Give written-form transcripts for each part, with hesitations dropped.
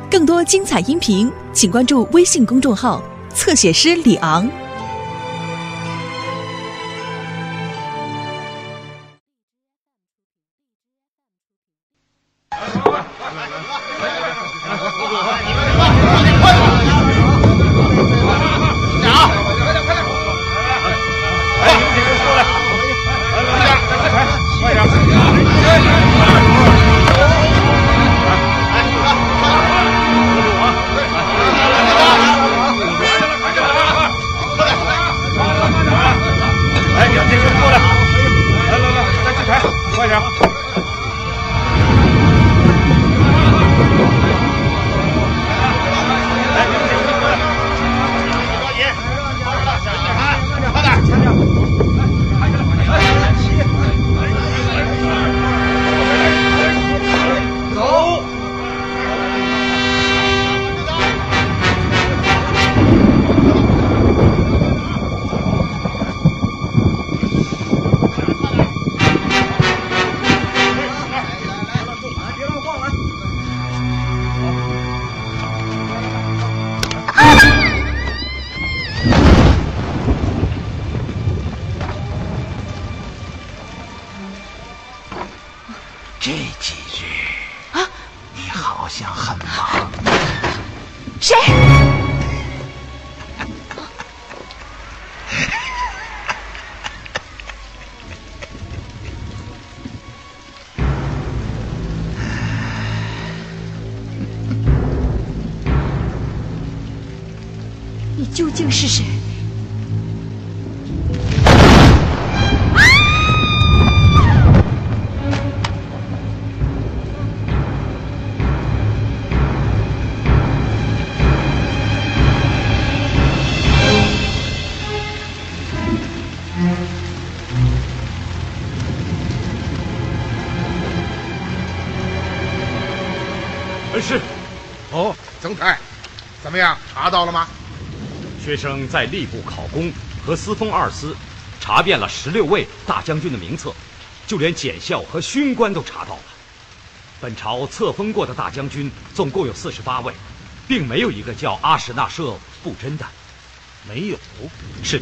更多精彩音频，请关注微信公众号“侧写师李昂”。 这几日啊，你好像很忙。 谁？你究竟是谁？ 是。 哦，曾太，怎么样？查到了吗？ 学生在吏部考功和司封二司查遍了16位大将军的名册，就连检校和勋官都查到了。本朝册封过的大将军总共有48位，并没有一个叫阿史那摄不真的。 没有？ 是的。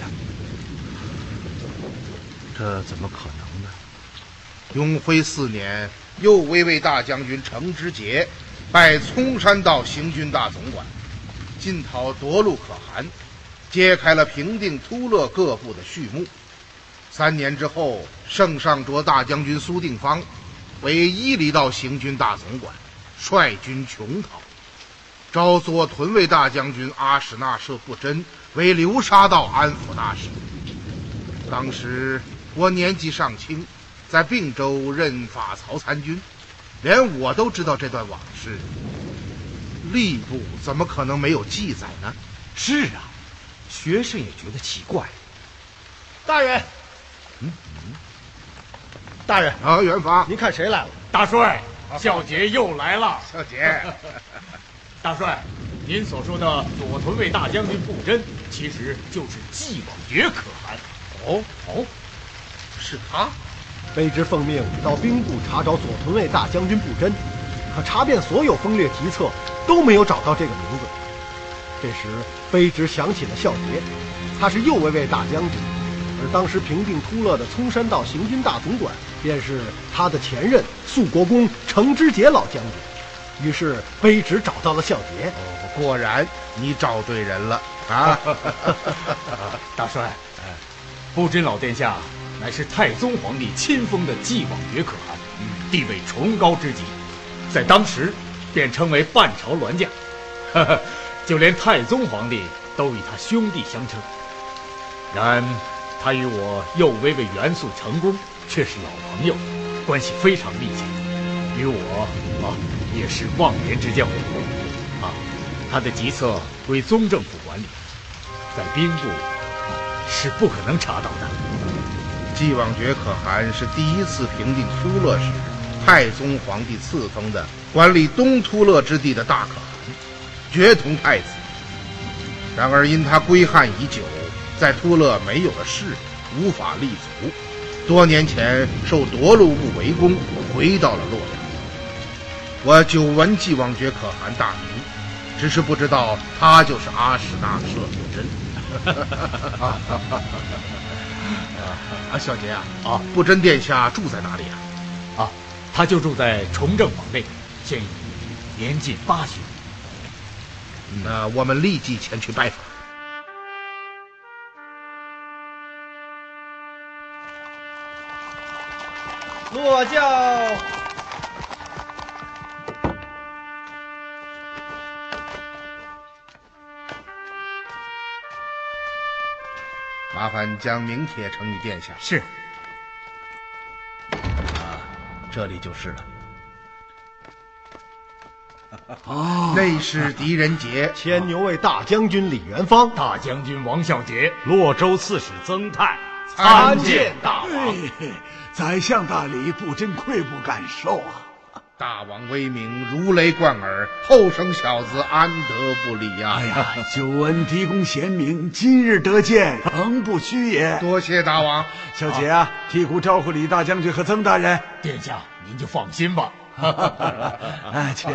这怎么可能呢？永徽4年，右威卫大将军程之节拜葱山道行军大总管，进讨夺路可汗，揭开了平定突勒各部的序幕。3年之后，圣上擢大将军苏定方为伊犁道行军大总管，率军穷讨，招左屯卫大将军阿史那摄不真为流沙道安抚大使。当时我年纪尚轻，在并州任法曹参军，连我都知道这段往事，吏部怎么可能没有记载呢？ 是啊，学生也觉得奇怪。 大人，大人啊，元芳， 您看谁来了？ 大帅，孝杰又来了。 小姐， 大帅，您所说的左屯卫大将军不真，其实就是纪广觉可汗。 哦，是他。 卑职奉命到兵部查找左屯卫大将军不真，可查遍所有封略题册，都没有找到这个名字。这时卑职想起了孝杰，他是右卫卫大将军，而当时平定突勒的葱山道行军大总管便是他的前任肃国公程之节老将军。于是卑职找到了孝杰。 果然你找对人了啊！ 大帅，不真老殿下乃是太宗皇帝亲封的纪广觉可汗，地位崇高之极，在当时便称为半朝銮将，就连太宗皇帝都与他兄弟相称。然他与我右威卫元肃成功却是老朋友，关系非常密切，与我也是忘年之交啊。他的籍册归宗正府管理，在兵部是不可能查到的。 纪广觉可汗是第一次平定突勒时太宗皇帝赐封的管理东突勒之地的大可汗，绝同太子。然而因他归汉已久，在突勒没有了势力，无法立足，多年前受夺路部围攻，回到了洛阳。 我久闻继王爵可汗大名，只是不知道他就是阿史那摄不真。小杰啊，不真殿下住在哪里啊？ 他就住在崇正坊内，现已年近80。 那我们立即前去拜访。 落轿。 麻烦将名帖呈与殿下。 是。 这里就是了。内侍狄仁杰， 牵牛卫大将军李元芳， 大将军王孝杰， 洛州刺史曾泰， 参见大王。 宰相大礼，不真愧不敢受啊！ 大王威名如雷贯耳，后生小子安得不理啊！ 哎呀，久闻狄公贤名，今日得见，诚不虚也。 多谢大王。 小杰啊，替孤招呼李大将军和曾大人。 殿下，您就放心吧。 哎，请。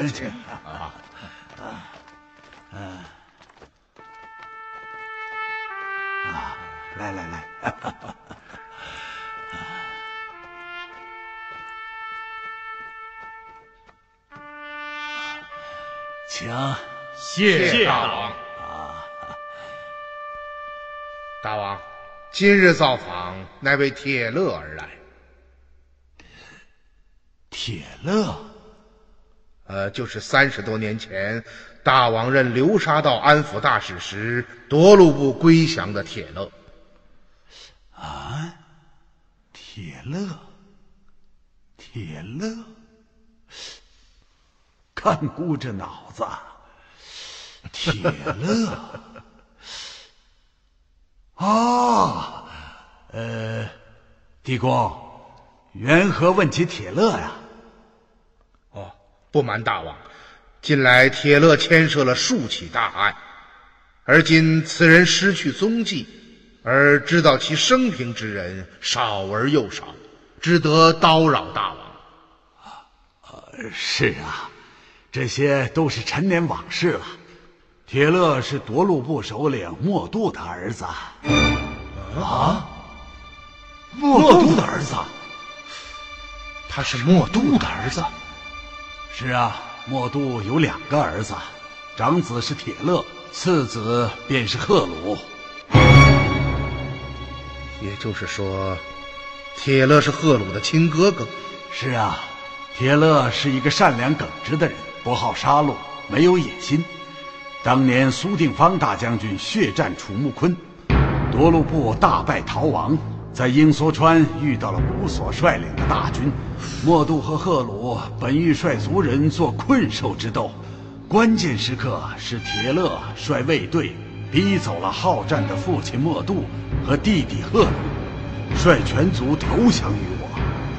来。请， 谢大王。 大王，今日造访乃为铁勒而来。 铁勒？ 就是30多年前，大王任流沙道安抚大使时，夺路部归降的铁勒。 铁勒，看顾这脑子。铁勒，狄公，缘何问起铁勒呀？ 不瞒大王，近来铁勒牵涉了数起大案，而今此人失去踪迹，而知道其生平之人少而又少，只得叨扰大王。 是啊，这些都是陈年往事了。铁勒是夺路部首领莫度的儿子。 莫度的儿子？他是莫度的儿子？ 是啊，莫度有2个儿子，长子是铁勒，次子便是赫鲁。 也就是说，铁勒是赫鲁的亲哥哥。 是啊，铁勒是一个善良耿直的人，不好杀戮，没有野心。当年苏定方大将军血战楚木坤，夺路部大败逃亡，在鹰梭川遇到了古所率领的大军，莫度和赫鲁本欲率族人做困兽之斗，关键时刻是铁勒率卫队逼走了好战的父亲莫度和弟弟赫鲁，率全族投降于我。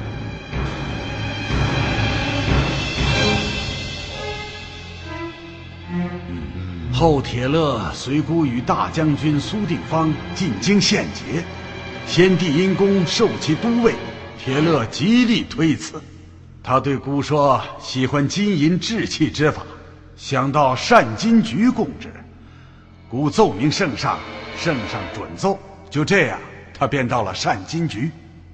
后铁勒随孤与大将军苏定方进京献捷，先帝因功授其都尉，铁勒极力推辞。他对孤说喜欢金银制器之法，想到善金局供职。孤奏明圣上，圣上准奏，就这样他便到了善金局。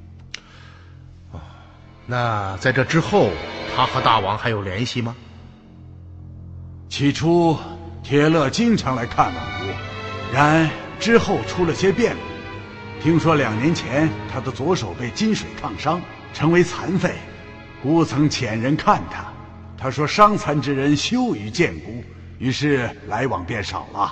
那在这之后，他和大王还有联系吗？ 起初铁勒经常来看望孤，然之后出了些变故。听说2年前他的左手被金水烫伤，成为残废。孤曾遣人看他，他说伤残之人羞于见孤，于是来往便少了。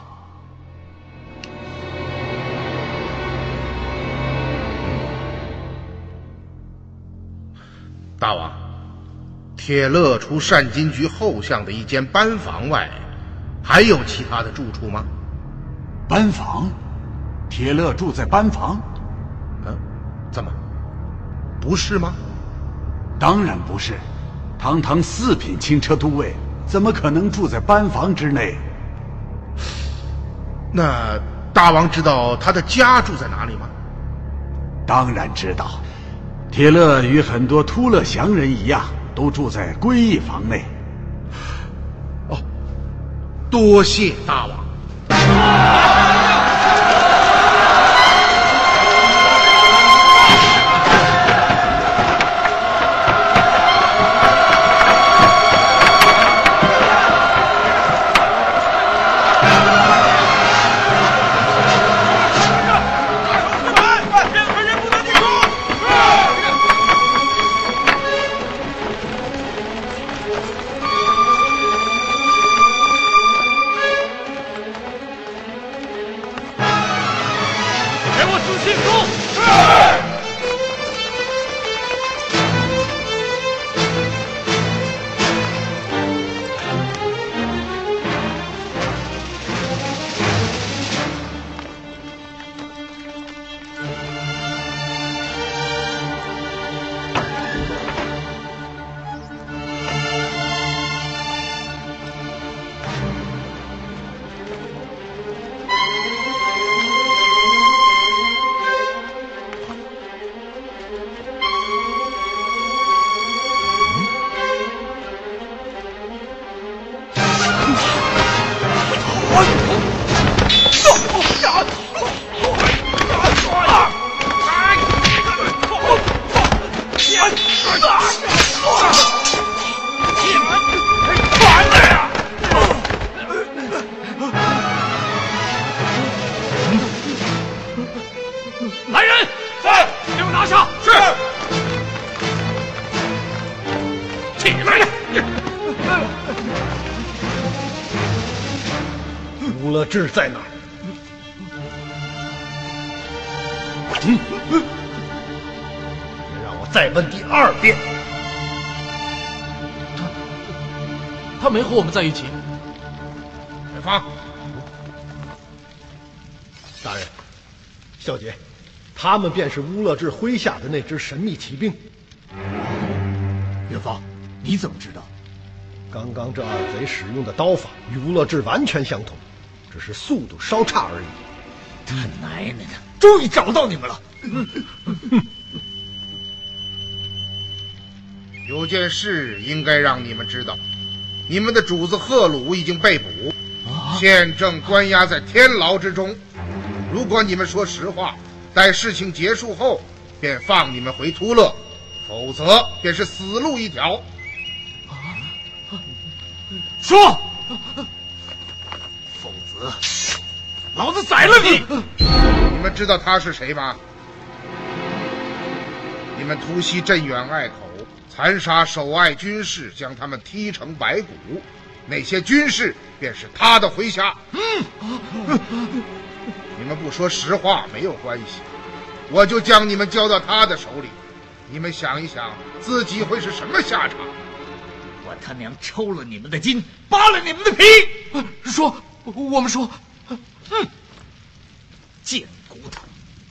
大王，铁勒除善金局后巷的一间班房外，还有其他的住处吗？ 班房？铁勒住在班房？ 怎么？不是吗？ 当然不是，堂堂4品轻车都尉，怎么可能住在班房之内？ 那大王知道他的家住在哪里吗？ 当然知道，铁勒与很多突勒降人一样，都住在归义房内。 多谢大王。 来人，在给我拿下！是。起来呀！ 吴乐志在哪儿？让我再问第二遍。 他没和我们在一起。 元芳， 大人，小姐，他们便是乌勒志麾下的那支神秘骑兵。 元芳，你怎么知道？ 刚刚这二贼使用的刀法与乌勒志完全相同，只是速度稍差而已。 他奶奶的，终于找到你们了！ 有件事应该让你们知道，你们的主子贺鲁已经被捕，现正关押在天牢之中。如果你们说实话，待事情结束后便放你们回突勒，否则便是死路一条。 说， 否则老子宰了你！ 你们知道他是谁吗？你们突袭镇远隘口，残杀守隘军士，将他们踢成白骨，那些军士便是他的麾下。你们不说实话没有关系，我就将你们交到他的手里，你们想一想自己会是什么下场。 我他娘抽了你们的筋，扒了你们的皮！ 说，我们说， 贱骨头！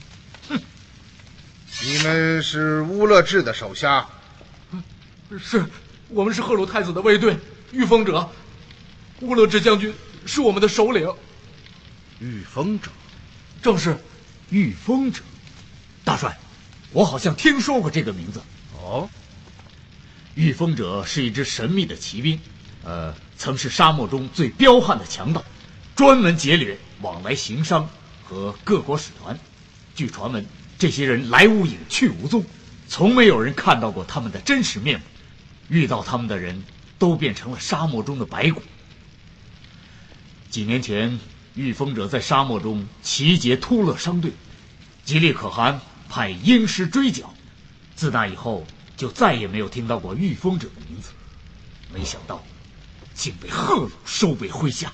你们是乌勒志的手下？ 是，我们是赫鲁太子的卫队，御风者。乌勒志将军是我们的首领。 御风者？ 正是。 御风者，大帅，我好像听说过这个名字。 哦。 御风者是一支神秘的骑兵，曾是沙漠中最彪悍的强盗，专门劫掠往来行商和各国使团。据传闻，这些人来无影去无踪，从没有人看到过他们的真实面目，遇到他们的人都变成了沙漠中的白骨。几年前，御风者在沙漠中齐结突勒商队，吉利可汗派鹰师追剿，自那以后就再也没有听到过御风者的名字，没想到竟被赫鲁收为麾下。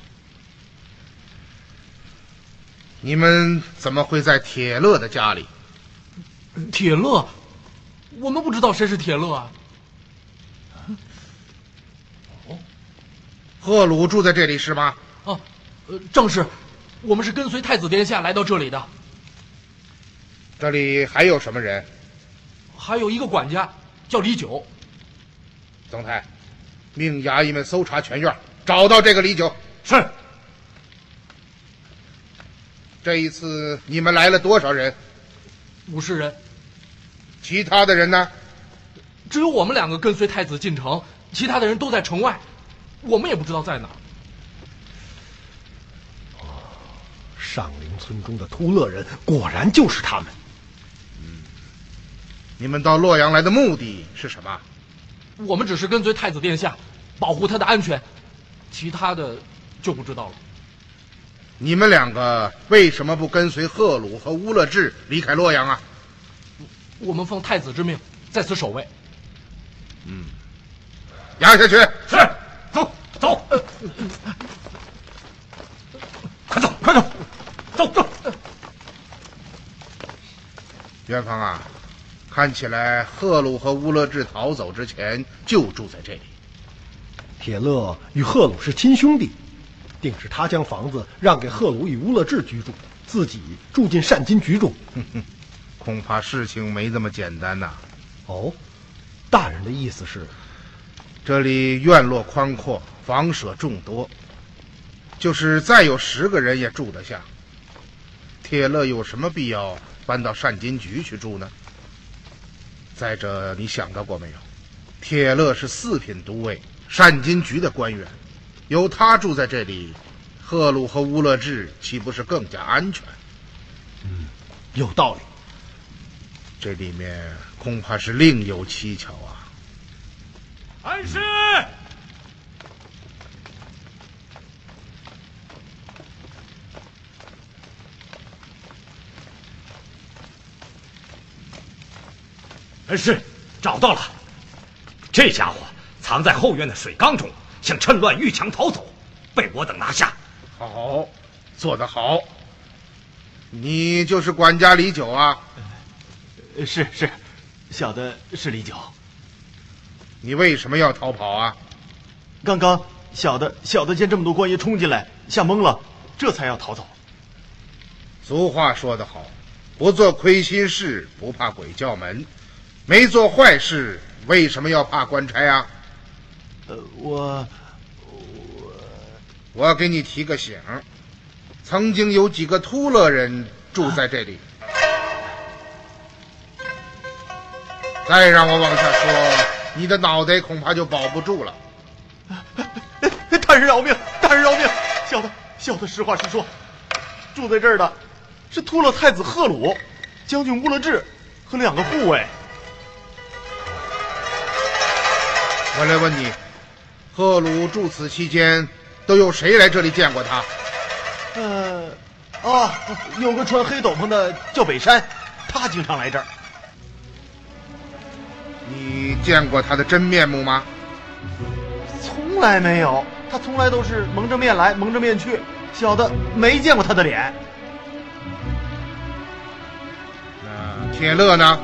你们怎么会在铁勒的家里？ 铁勒？我们不知道谁是铁勒啊。 赫鲁住在这里是吗？ 正是，我们是跟随太子殿下来到这里的。 这里还有什么人？ 还有一个管家，叫李九。 曾太，命衙役们搜查全院，找到这个李九。 是。 这一次你们来了多少人 ？50人。 其他的人呢？ 只有我们2个跟随太子进城，其他的人都在城外，我们也不知道在哪。 上林村中的秃勒人果然就是他们。 你们到洛阳来的目的是什么？ 我们只是跟随太子殿下，保护他的安全，其他的就不知道了。 你们两个为什么不跟随贺鲁和乌勒志离开洛阳啊？ 我们奉太子之命，在此守卫。 押下去。 是，走走，快走快走，走走。 元芳啊，看起来贺鲁和乌勒志逃走之前就住在这里。 铁勒与贺鲁是亲兄弟，定是他将房子让给贺鲁与乌勒志居住，自己住进单金局中。 恐怕事情没这么简单呐。 哦，大人的意思是？ 这里院落宽阔，房舍众多，就是再有10个人也住得下。铁勒有什么必要搬到单金局去住呢？再者，你想到过没有？铁勒是4品都尉，单金局的官员，有他住在这里，贺鲁和乌勒志岂不是更加安全？ 有道理。 这里面恐怕是另有蹊跷啊！ 安师，恩师，找到了，这家伙藏在后院的水缸中，想趁乱逾墙逃走，被我等拿下。 好，做得好。你就是管家李九啊？ 是，小的是李九。 你为什么要逃跑啊？ 刚刚小的见这么多官爷冲进来，吓懵了，这才要逃走。 俗话说得好，不做亏心事，不怕鬼叫门。没做坏事，为什么要怕官差啊？我给你提个醒，曾经有几个秃勒人住在这里。再让我往下说，你的脑袋恐怕就保不住了。 大人饶命！大人饶命！小的实话实说，住在这儿的是秃勒太子贺鲁、将军乌勒志和2个护卫。 我来问你，贺鲁住此期间，都有谁来这里见过他？ 有个穿黑斗篷的叫北山，他经常来这儿。 你见过他的真面目吗？ 从来没有，他从来都是蒙着面来，蒙着面去，小的没见过他的脸。 那铁勒呢？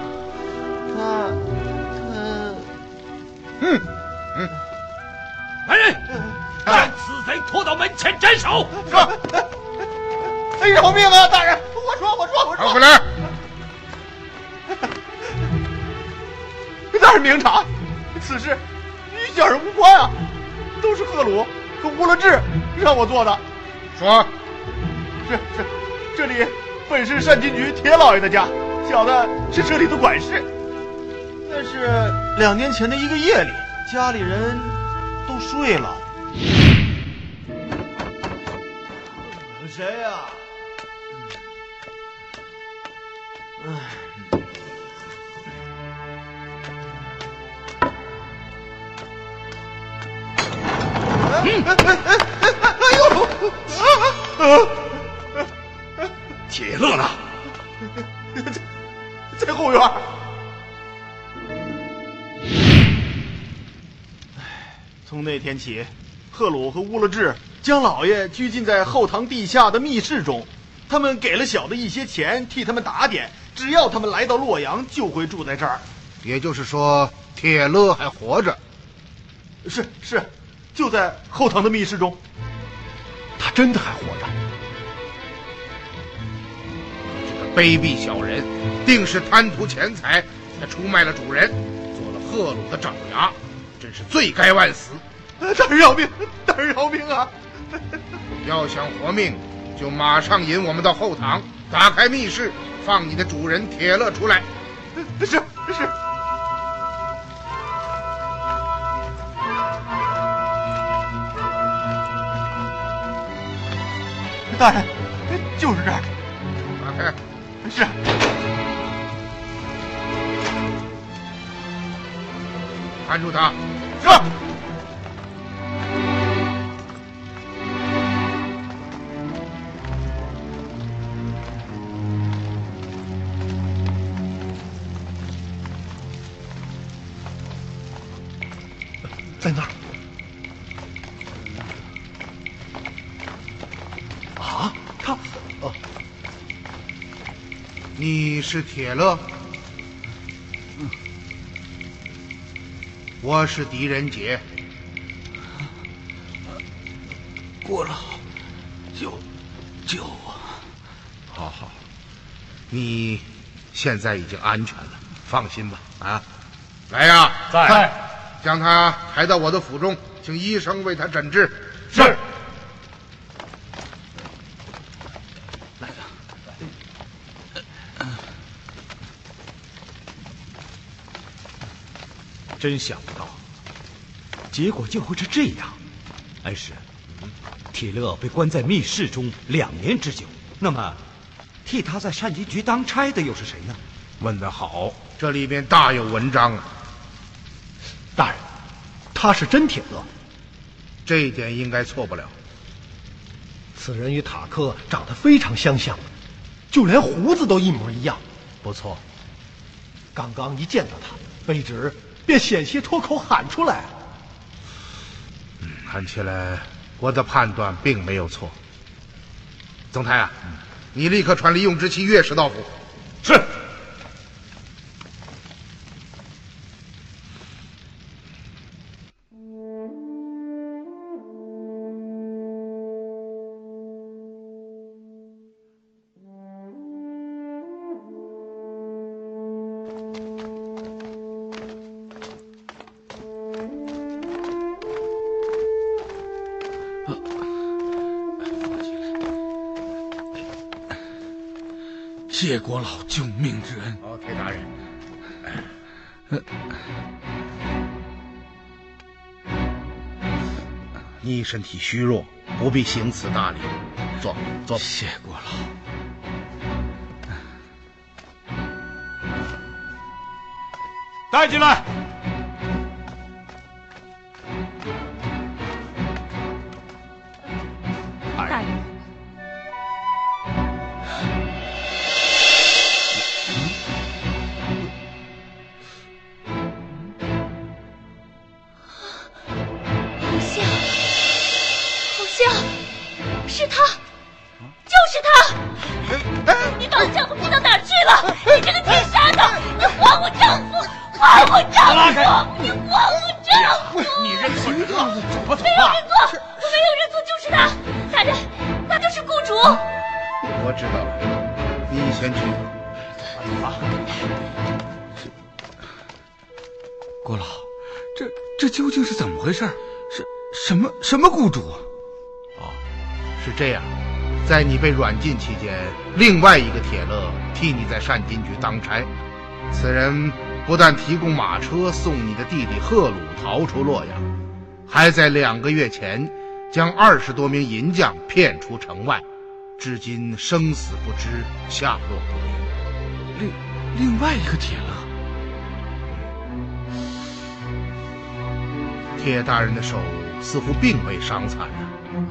来人，将此贼拖到门前斩首。 饶命啊，大人！我说， 拿回来！ 大人明察，此事与小人无关啊，都是贺鲁和乌勒志让我做的。 说， 是，这里本是单金局铁老爷的家，小的是这里的管事。但是2年前的一个夜里，家里人都睡了。谁呀？ 铁勒呢？ 在后院。从那天起，贺鲁和乌勒志将老爷拘禁在后堂地下的密室中，他们给了小的一些钱替他们打点，只要他们来到洛阳就会住在这儿。 也就是说，铁勒还活着？ 是，就在后堂的密室中。 他真的还活着？ 这个卑鄙小人，定是贪图钱财，才出卖了主人，做了贺鲁的爪牙，真是罪该万死。 大人饶命！大人饶命啊！ 要想活命，就马上引我们到后堂，打开密室，放你的主人铁勒出来。 是。大就是这儿。 打开。 是。 看住他。 是。 在那儿。啊，他，哦， 你是铁勒？我是狄仁杰。 郭老，救我！ 好好，你现在已经安全了，放心吧。啊，来呀， 在。 将他抬到我的府中，请医生为他诊治。 是。 来吧。 真想不到，结果就会是这样。恩师，铁勒被关在密室中2年之久，那么替他在善金局当差的又是谁呢？ 问得好，这里边大有文章啊。 大人，他是真铁勒， 这一点应该错不了。 此人与塔克长得非常相像，就连胡子都一模一样。 不错， 刚刚一见到他，卑职便险些脱口喊出来。 看起来我的判断并没有错。总裁啊，你立刻传利用之妻岳氏到府。 是。 谢国老救命之恩。 好，铁大人。你身体虚弱，不必行此大礼。坐。 谢国老。 带进来。 大人。 是他，就是他！你把我丈夫骗到哪儿去了？你这个奸杀的！你还我丈夫！还我丈夫！你还我丈夫！ 你认错人了，走吧走吧！ 没有认错，我没有认错，就是他！大人，他就是雇主。 我知道了，你先去。 走吧。 郭老，这究竟是怎么回事？是什么雇主？ 是这样，在你被软禁期间，另外一个铁勒替你在善金局当差。此人不但提供马车送你的弟弟赫鲁逃出洛阳，还在2个月前将20多名银匠骗出城外，至今生死不知，下落不明。 另外一个铁勒， 铁大人的手似乎并未伤残啊。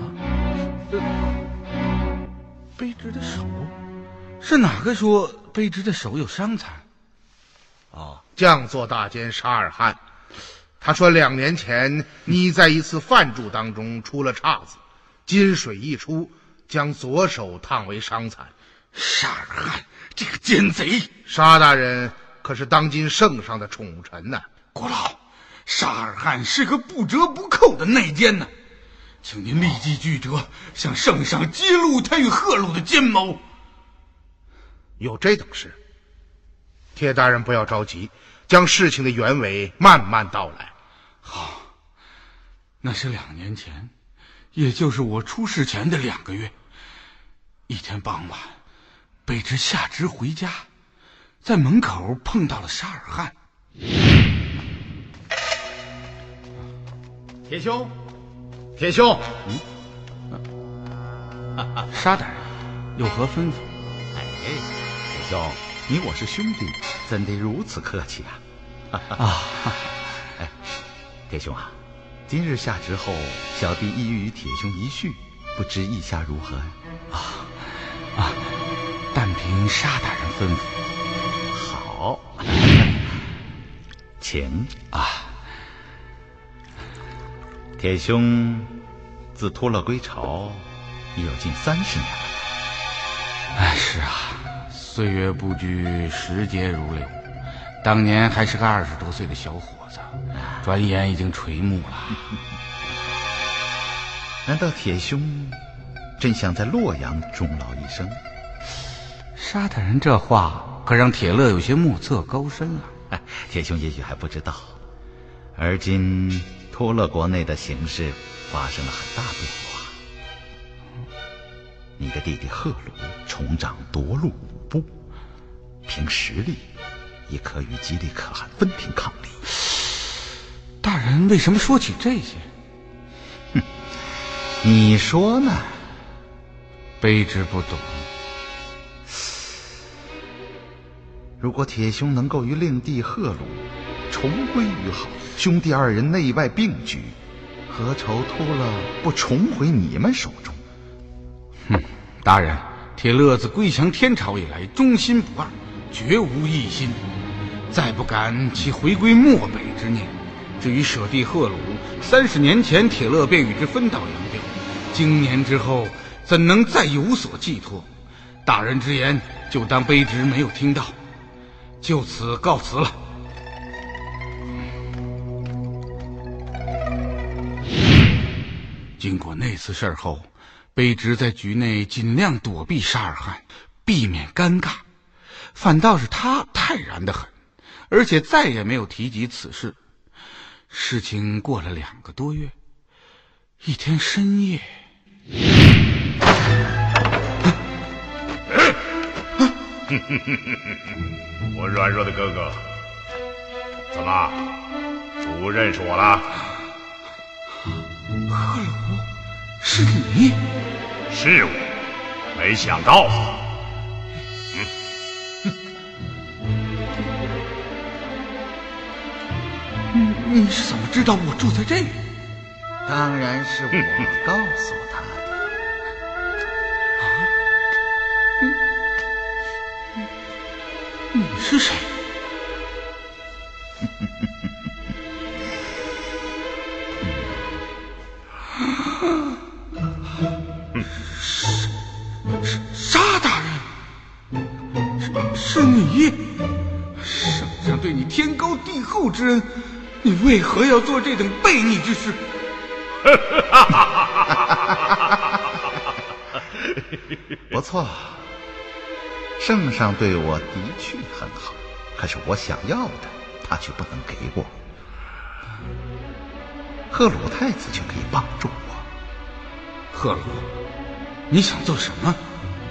卑职的手？是哪个说卑职的手有伤残？ 将作大监沙尔汗，他说2年前你在一次饭住当中出了岔子，金水一出，将左手烫为伤残。 沙尔汗这个奸贼！ 沙大人可是当今圣上的宠臣呢。 国老，沙尔汗是个不折不扣的内奸呢。请您立即具折，向圣上揭露他与赫鲁的奸谋。 有这等事？铁大人不要着急，将事情的原委慢慢道来。 好，那是2年前，也就是我出事前的2个月。一天傍晚，卑职下职回家，在门口碰到了沙尔汗。 铁兄，铁兄， 沙大人， 有何吩咐？ 哎，铁兄，你我是兄弟，怎得如此客气啊？ 啊， 哎，铁兄啊，今日下旨后，小弟意欲与铁兄一叙，不知意下如何呀？ 但凭沙大人吩咐。 好，请啊。 铁兄自脱了归巢，已有近30年了。 哎，是啊，岁月不居，时节如流。当年还是个20多岁的小伙子，转眼已经垂暮了。 难道铁兄真想在洛阳终老一生？ 沙大人这话可让铁勒有些目测高深了。 铁兄也许还不知道，而今托勒国内的形势发生了很大变化。你的弟弟赫鲁重掌夺路5部，凭实力也可与吉利可汗分庭抗礼。 大人为什么说起这些？ 你说呢？ 卑职不懂。 如果铁兄能够与令弟赫鲁重归于好，兄弟2人内外并举，何愁托勒不重回你们手中？ 大人，铁勒自归降天朝以来，忠心不二，绝无异心，再不敢其回归漠北之念。至于舍弟赫鲁，30年前铁勒便与之分道扬镳，经年之后，怎能再有所寄托？大人之言，就当卑职没有听到，就此告辞了。经过那次事后，卑职在局内尽量躲避沙尔汗，避免尴尬，反倒是他泰然得很，而且再也没有提及此事。事情过了2个多月，一天深夜， 我软弱的哥哥，怎么不认识我了？ 赫鲁，是你？ 是我，没想到。 你是怎么知道我住在这里？ 当然是我告诉他的。你是谁？沙大人，是你？圣上对你天高地厚之恩，你为何要做这等悖逆之事？ 不错，圣上对我的确很好，可是我想要的他却不能给我。赫鲁太子却可以帮助我。 赫鲁，你想做什么？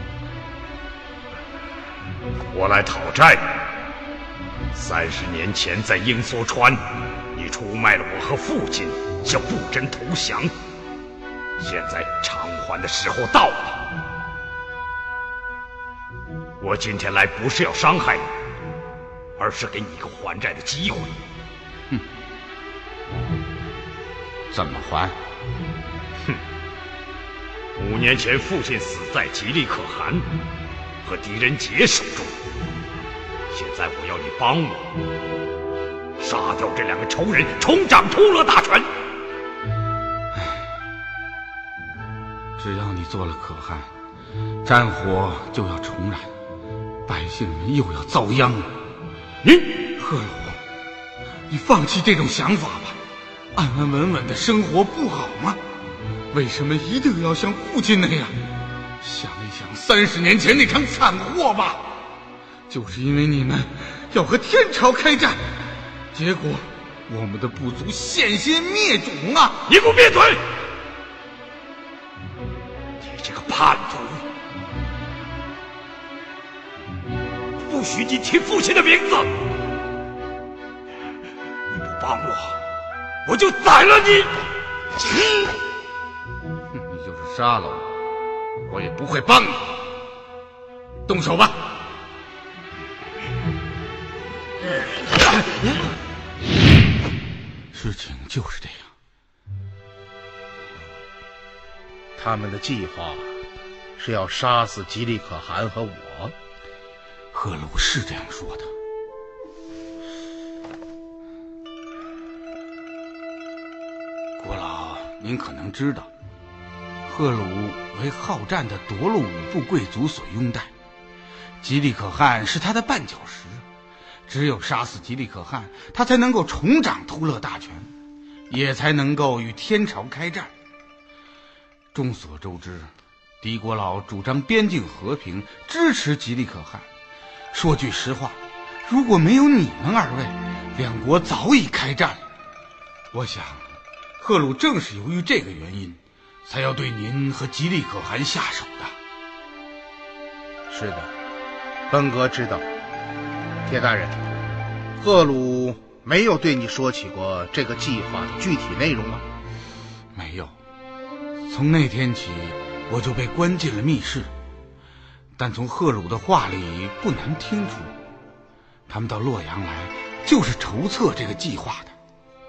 我来讨债。30年前在鹰梭川，你出卖了我和父亲，向布真投降。现在偿还的时候到了。我今天来不是要伤害你，而是给你一个还债的机会。 怎么还 ？5年前父亲死在吉利可汗和狄仁杰手中，现在我要你帮我杀掉这2个仇人，重掌托勒大权。 只要你做了可汗，战火就要重燃，百姓们又要遭殃了。赫鲁，你放弃这种想法吧，安安稳稳的生活不好吗？为什么一定要像父亲那样？想一想30年前那场惨祸吧，就是因为你们要和天朝开战，结果我们的部族险些灭种啊！ 你给我闭嘴！你这个叛徒，不许你提父亲的名字！你不帮我，我就宰了你！ 你就是杀了我，我也不会帮你。 动手吧。 事情就是这样。 他们的计划是要杀死吉利可汗和我。 赫鲁是这样说的。国老，您可能知道，赫鲁为好战的夺路五部贵族所拥戴，吉利可汗是他的绊脚石。只有杀死吉利可汗，他才能够重掌突勒大权，也才能够与天朝开战。众所周知，狄国老主张边境和平，支持吉利可汗。说句实话，如果没有你们二位，两国早已开战了。我想，赫鲁正是由于这个原因，才要对您和吉利可汗下手的。 是的，本阁知道。铁大人，赫鲁没有对你说起过这个计划的具体内容吗？ 没有。从那天起，我就被关进了密室。但从赫鲁的话里不难听出，他们到洛阳来就是筹策这个计划的。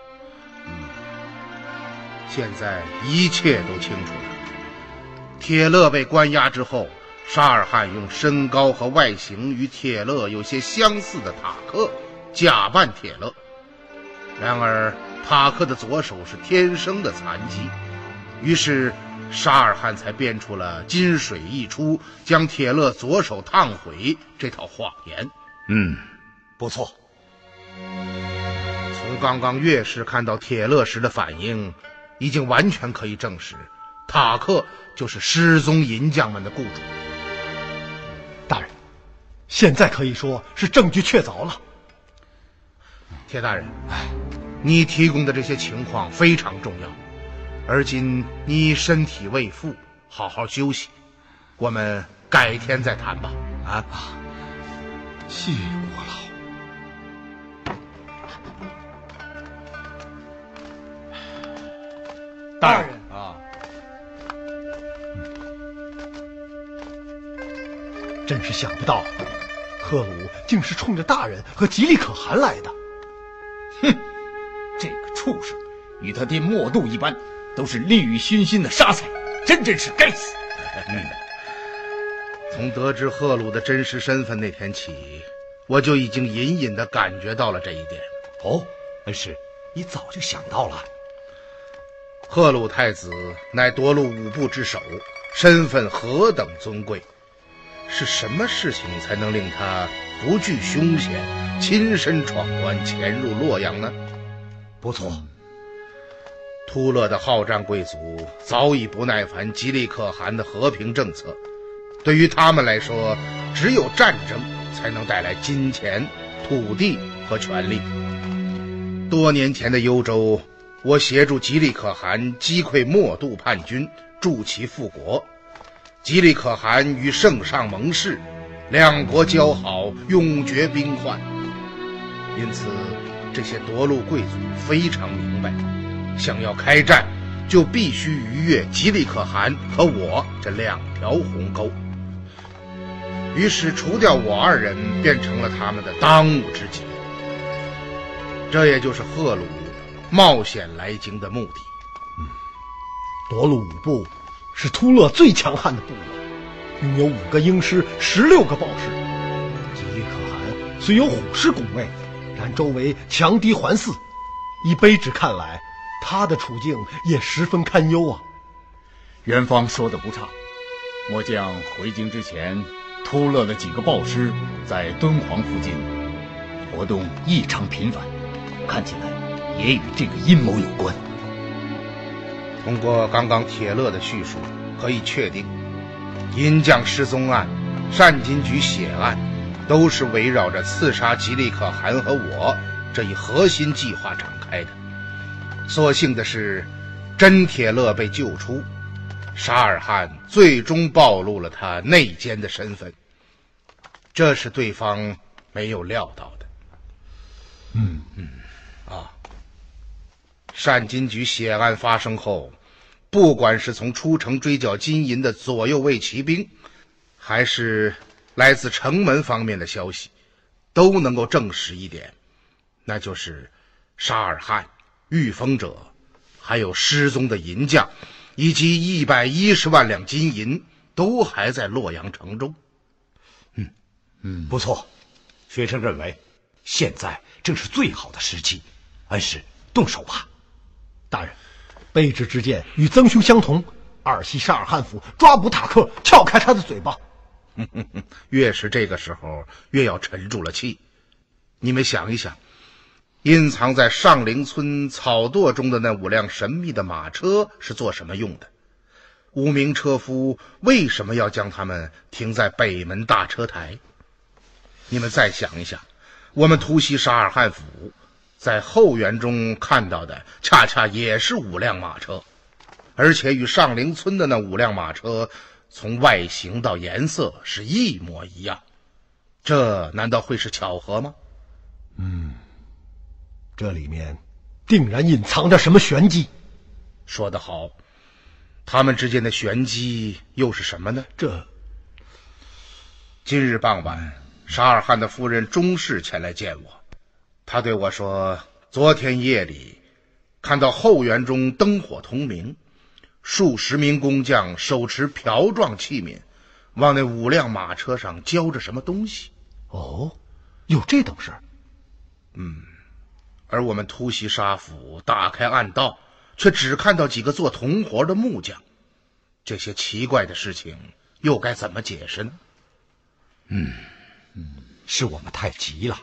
现在一切都清楚了。铁勒被关押之后，沙尔汗用身高和外形与铁勒有些相似的塔克假扮铁勒，然而塔克的左手是天生的残疾，于是沙尔汗才编出了金水一出将铁勒左手烫毁这套谎言。 不错。 从刚刚岳氏看到铁勒时的反应，已经完全可以证实塔克就是失踪银匠们的雇主。 大人，现在可以说是证据确凿了。 铁大人，你提供的这些情况非常重要，而今你身体未复，好好休息，我们改天再谈吧。 谢国老。 大人真是想不到，赫鲁竟是冲着大人和吉利可汗来的。 这个畜生与他爹默度一般，都是利欲熏心的杀才，真是该死。 从得知赫鲁的真实身份那天起，我就已经隐隐地感觉到了这一点。 是你早就想到了。 赫鲁太子乃夺路五部之首，身份何等尊贵，是什么事情才能令他不惧凶险，亲身闯关潜入洛阳呢？ 不错， 突勒的好战贵族早已不耐烦吉利可汗的和平政策，对于他们来说，只有战争才能带来金钱、土地和权力。多年前的幽州，我协助吉利可汗击溃默度叛军，助其复国。吉利可汗与圣上盟誓，两国交好，永绝兵患。因此这些夺路贵族非常明白，想要开战就必须逾越吉利可汗和我这两条鸿沟。于是除掉我二人变成了他们的当务之急。这也就是赫鲁冒险来京的目的。 夺路五部是突勒最强悍的部落，拥有5个鹰师、16个豹师。吉利可汗虽有虎师拱卫，但周围强敌环伺，以卑职看来，他的处境也十分堪忧啊。 元芳说的不差，末将回京之前，突勒的几个豹师在敦煌附近活动异常频繁，看起来也与这个阴谋有关。 通过刚刚铁勒的叙述，可以确定，银匠失踪案、单金菊血案，都是围绕着刺杀吉利可汗和我这一核心计划展开的。所幸的是，真铁勒被救出，沙尔汗最终暴露了他内奸的身份，这是对方没有料到的。单金菊血案发生后，不管是从出城追缴金银的左右卫骑兵，还是来自城门方面的消息，都能够证实一点，那就是沙尔汗、御风者，还有失踪的银匠，以及110万两金银，都还在洛阳城中。 不错，学生认为现在正是最好的时机，恩师动手吧。 大人，卑职之见与曾兄相同，二系沙尔汗府抓捕塔克，撬开他的嘴巴。 越是这个时候，越要沉住了气。你们想一想，隐藏在上陵村草垛中的那5辆神秘的马车是做什么用的？无名车夫为什么要将他们停在北门大车台？你们再想一想，我们突袭沙尔汗府，在后园中看到的恰恰也是5辆马车，而且与上陵村的那5辆马车从外形到颜色是一模一样，这难道会是巧合吗？ 这里面定然隐藏着什么玄机。 说得好，他们之间的玄机又是什么呢？今日傍晚，沙尔汗的夫人钟氏前来见我，他对我说，昨天夜里看到后园中灯火通明，数十名工匠手持瓢状器皿，往那5辆马车上浇着什么东西。 哦，有这等事？ 而我们突袭沙府，打开暗道，却只看到几个做铜活的木匠。这些奇怪的事情又该怎么解释呢？ 是我们太急了。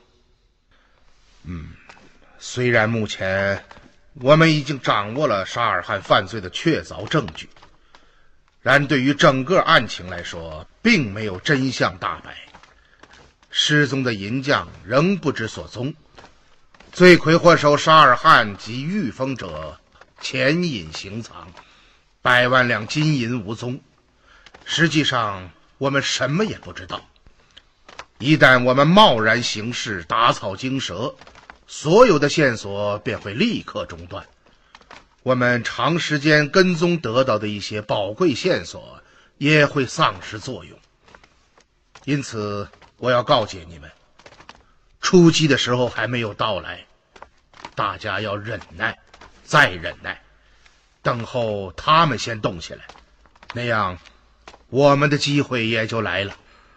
虽然目前我们已经掌握了沙尔汗犯罪的确凿证据，然对于整个案情来说，并没有真相大白。失踪的银匠仍不知所踪，罪魁祸首沙尔汗及御风者潜隐形藏，100万两金银无踪。实际上我们什么也不知道。一旦我们贸然行事，打草惊蛇，所有的线索便会立刻中断，我们长时间跟踪得到的一些宝贵线索也会丧失作用。因此我要告诫你们，出击的时候还没有到来，大家要忍耐，再忍耐，等候他们先动起来，那样我们的机会也就来了。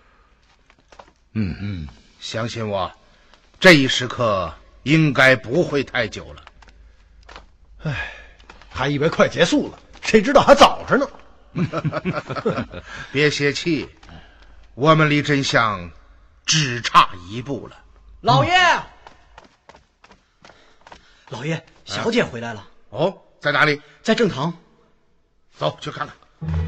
相信我，这一时刻应该不会太久了。 还以为快结束了，谁知道还早着呢。 别泄气，我们离真相只差1步了。 老爷，老爷，小姐回来了。 哦，在哪里？ 在正堂。 走，去看看。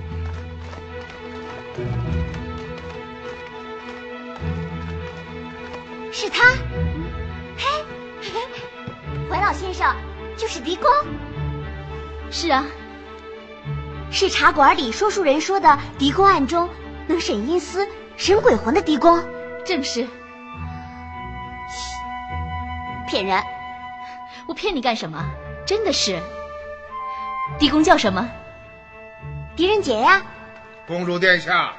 是他。嘿，怀老先生，就是狄公。是啊，是茶馆里说书人说的狄公案中能审阴司、审鬼魂的狄公。正是。骗人！我骗你干什么？真的是。狄公叫什么？狄仁杰呀。 公主殿下，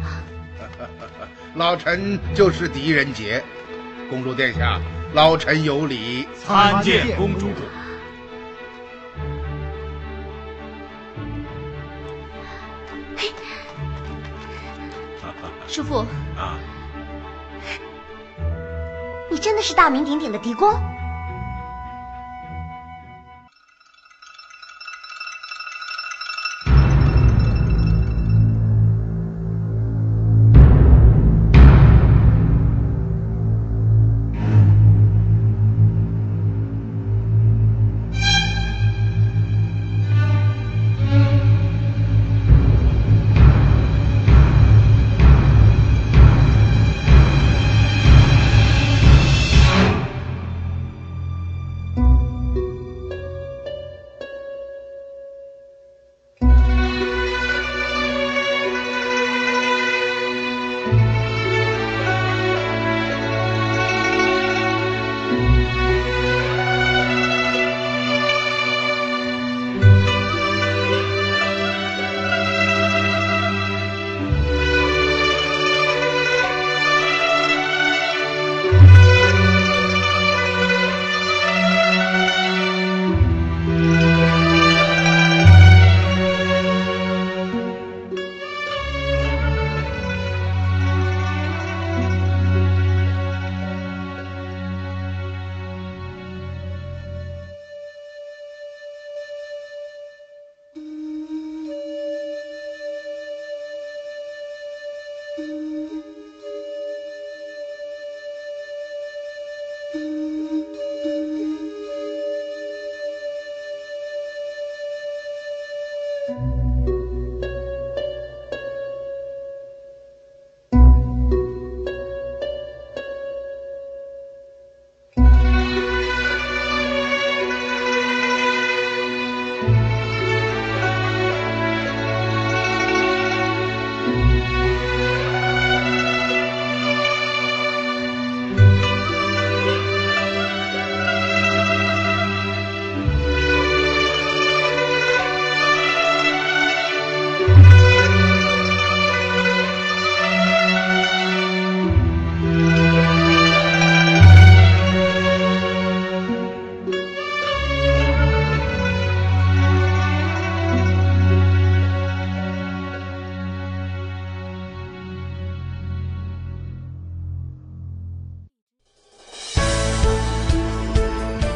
老臣就是狄仁杰。公主殿下，老臣有礼， 参见公主。 叔父啊，你真的是大名鼎鼎的狄公？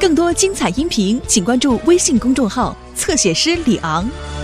更多精彩音频，请关注微信公众号“侧写师李昂”。